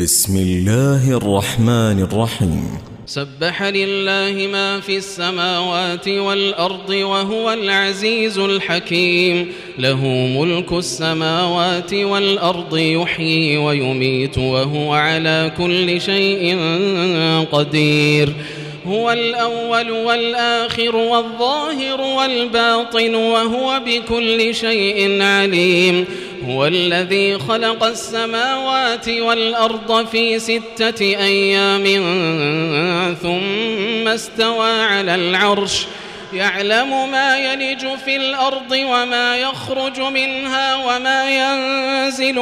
بسم الله الرحمن الرحيم. سبح لله ما في السماوات والأرض وهو العزيز الحكيم. له ملك السماوات والأرض يحيي ويميت وهو على كل شيء قدير. هو الأول والآخر والظاهر والباطن وهو بكل شيء عليم. هو الذي خلق السماوات والأرض في 6 أيام ثم استوى على العرش يعلم ما يلج في الأرض وما يخرج منها وما ينزل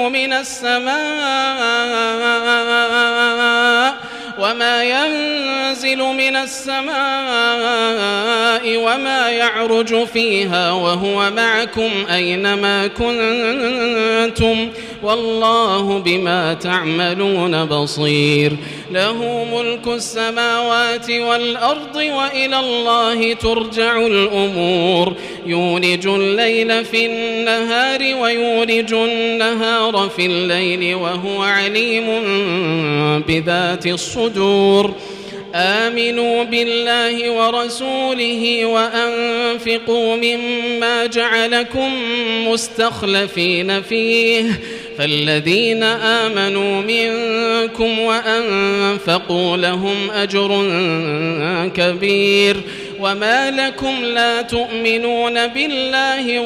من السماء وما يعرج فيها وهو معكم أينما كنتم والله بما تعملون بصير. له ملك السماوات والأرض وإلى الله ترجع الأمور. يولج الليل في النهار ويولج النهار في الليل وهو عليم بذات الصدور. آمنوا بالله ورسوله وأنفقوا مما جعلكم مستخلفين فيه فالذين آمنوا منكم وأنفقوا لهم أجر كبير. وما لكم لا تؤمنون بالله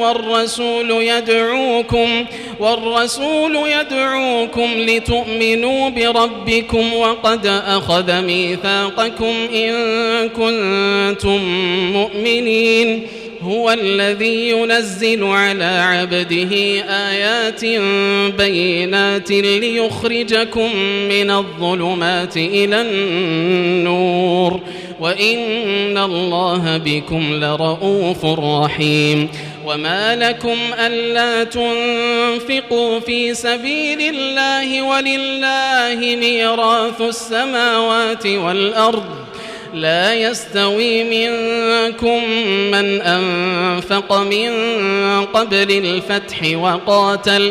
والرسول يدعوكم لتؤمنوا بربكم وقد أخذ ميثاقكم إن كنتم مؤمنين. هو الذي ينزل على عبده آيات بينات ليخرجكم من الظلمات إلى النور وإن الله بكم لرؤوف رحيم. وما لكم ألا تنفقوا في سبيل الله ولله ميراث السماوات والأرض لا يستوي منكم من أنفق من قبل الفتح وقاتل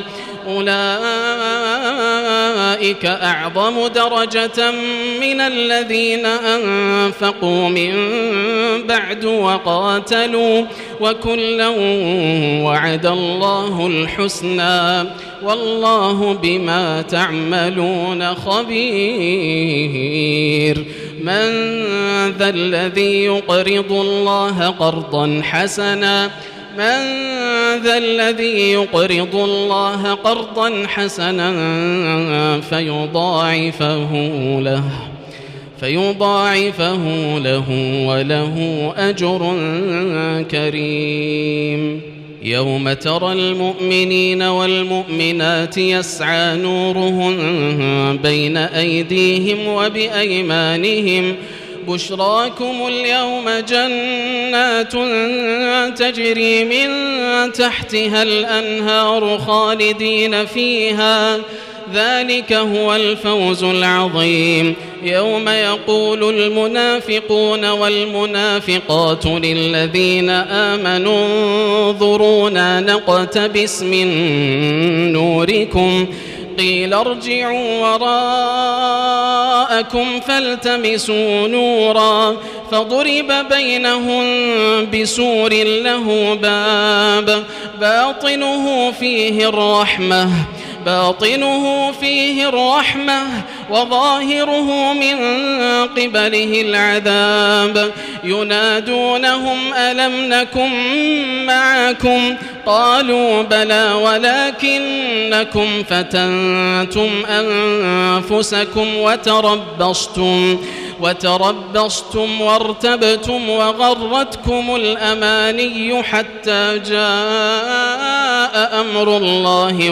أولئك أعظم درجة من الذين أنفقوا من بعد وقاتلوا وكلا وعد الله الحسنى والله بما تعملون خبير. من ذا الذي يقرض الله قرضا حسنا فيضاعفه له وله أجر كريم. يوم ترى المؤمنين والمؤمنات يسعى نورهم بين أيديهم وبأيمانهم بشراكم اليوم جنات تجري من تحتها الأنهار خالدين فيها ذلك هو الفوز العظيم. يوم يقول المنافقون والمنافقات للذين آمنوا انظرونا نقتبس من نوركم قيل ارجعوا وراءكم فالتمسوا نورا فضرب بينهم بسور له باب باطنه فيه الرحمة وظاهره من قبله العذاب. ينادونهم ألم نكن معكم قالوا بلى ولكنكم فتنتم أنفسكم وتربصتم وارتبتم وغرتكم الأماني حتى جاء أمر الله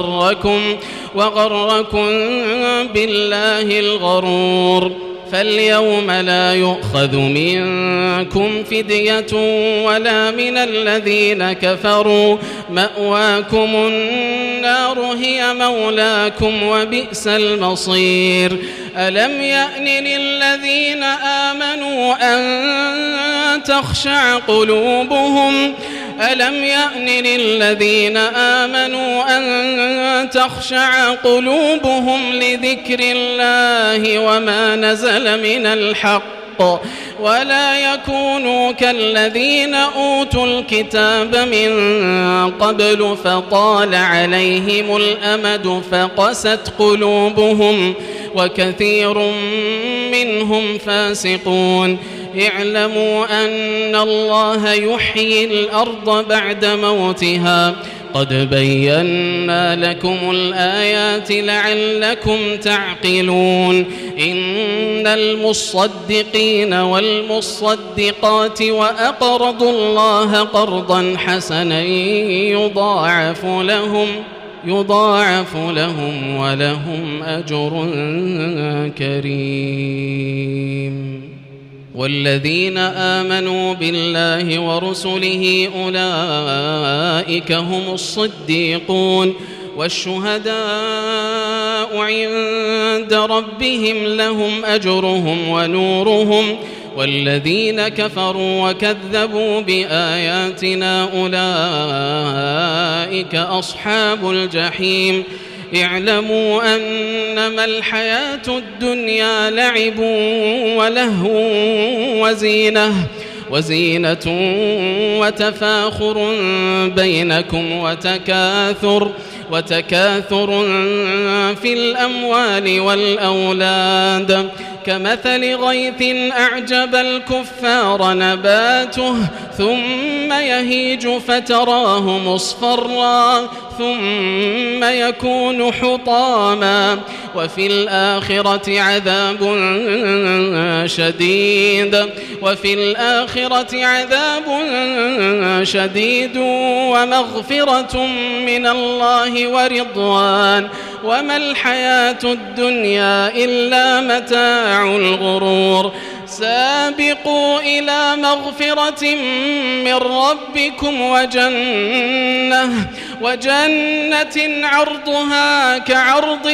وغركم بالله الغرور. فاليوم لا يؤخذ منكم فدية ولا من الذين كفروا مأواكم النار هي مولاكم وبئس المصير. ألم يأن للذين آمنوا أن تخشع قلوبهم ألم يأن للذين آمنوا أن تخشع قلوبهم لذكر الله وما نزل من الحق ولا يكونوا كالذين أوتوا الكتاب من قبل فطال عليهم الأمد فقست قلوبهم وكثير منهم فاسقون اعلموا أن الله يحيي الأرض بعد موتها قد بينا لكم الآيات لعلكم تعقلون إن المصدقين والمصدقات وأقرضوا الله قرضا حسنا يضاعف لهم ولهم أجر كريم والذين آمنوا بالله ورسله أولئك هم الصديقون والشهداء عند ربهم لهم أجرهم ونورهم والذين كفروا وكذبوا بآياتنا أولئك أصحاب الجحيم اعلموا أنما الحياة الدنيا لعب ولهو وزينة وتفاخر بينكم وتكاثر في الأموال والأولاد كمثل غيث أعجب الكفار نباته ثم يهيج فتراه مصفرا ثم يكون حطاما وفي الآخرة عذاب شديد ومغفرة من الله ورضوان وما الحياة الدنيا إلا متاع الغرور سابقوا إلى مغفرة من ربكم وجنة عرضها كعرض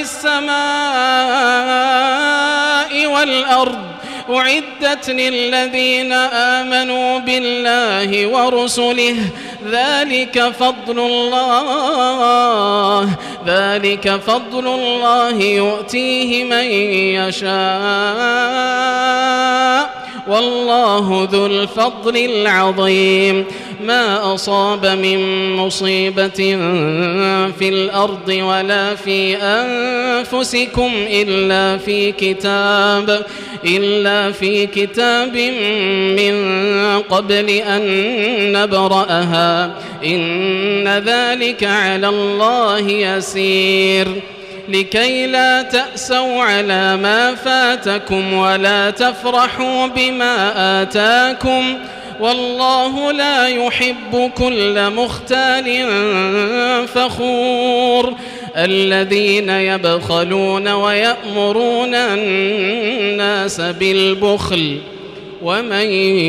السماء والأرض أعدت للذين آمنوا بالله ورسله ذلك فضل الله يؤتيه من يشاء والله ذو الفضل العظيم ما أصاب من مصيبة في الأرض ولا في أنفسكم إلا في كتاب من قبل أن نبرأها إن ذلك على الله يسير لكي لا تأسوا على ما فاتكم ولا تفرحوا بما آتاكم والله لا يحب كل مختال فخور الذين يبخلون ويأمرون الناس بالبخل ومن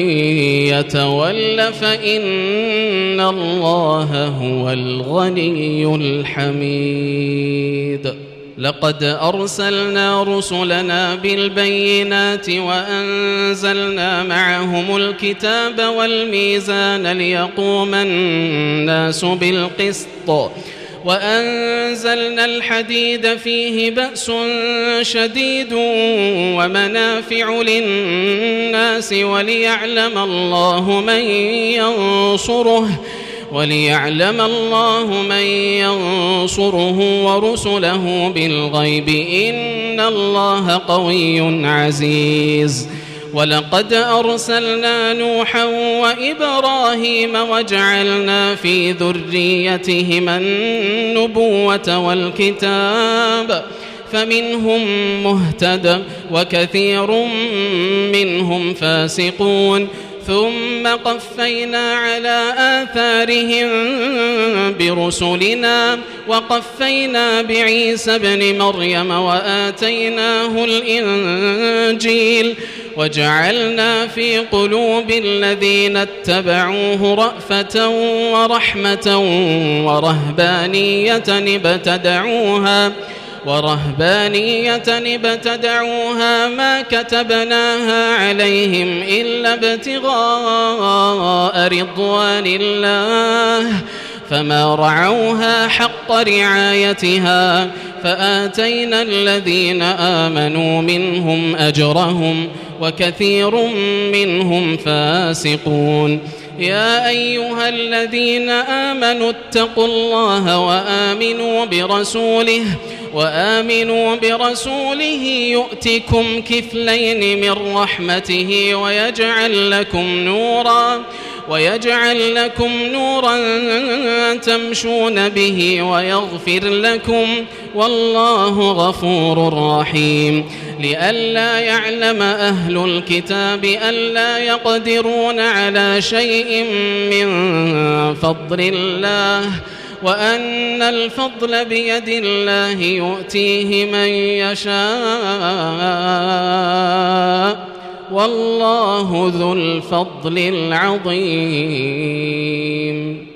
يتول فإن الله هو الغني الحميد لقد أرسلنا رسلنا بالبينات وأنزلنا معهم الكتاب والميزان ليقوم الناس بالقسط وأنزلنا الحديد فيه بأس شديد ومنافع للناس وليعلم الله من ينصره ورسله بالغيب إن الله قوي عزيز ولقد أرسلنا نوحا وإبراهيم وجعلنا في ذريتهما النبوة والكتاب فمنهم مهتد وكثير منهم فاسقون ثم قفينا على آثارهم برسلنا وقفينا بعيسى ابن مريم وآتيناه الإنجيل وجعلنا في قلوب الذين اتبعوه رأفة ورحمة ورهبانية ورهبانية ابتدعوها ما كتبناها عليهم إلا ابتغاء رضوان الله فما رعوها حق رعايتها فآتينا الذين آمنوا منهم أجرهم وكثير منهم فاسقون. يا أيها الذين آمنوا اتقوا الله وآمنوا برسوله يؤتكم كفلين من رحمته ويجعل لكم نورا تمشون به ويغفر لكم والله غفور رحيم. لئلا يعلم أهل الكتاب ألا يقدرون على شيء من فضل الله وأن الفضل بيد الله يؤتيه من يشاء والله ذو الفضل العظيم.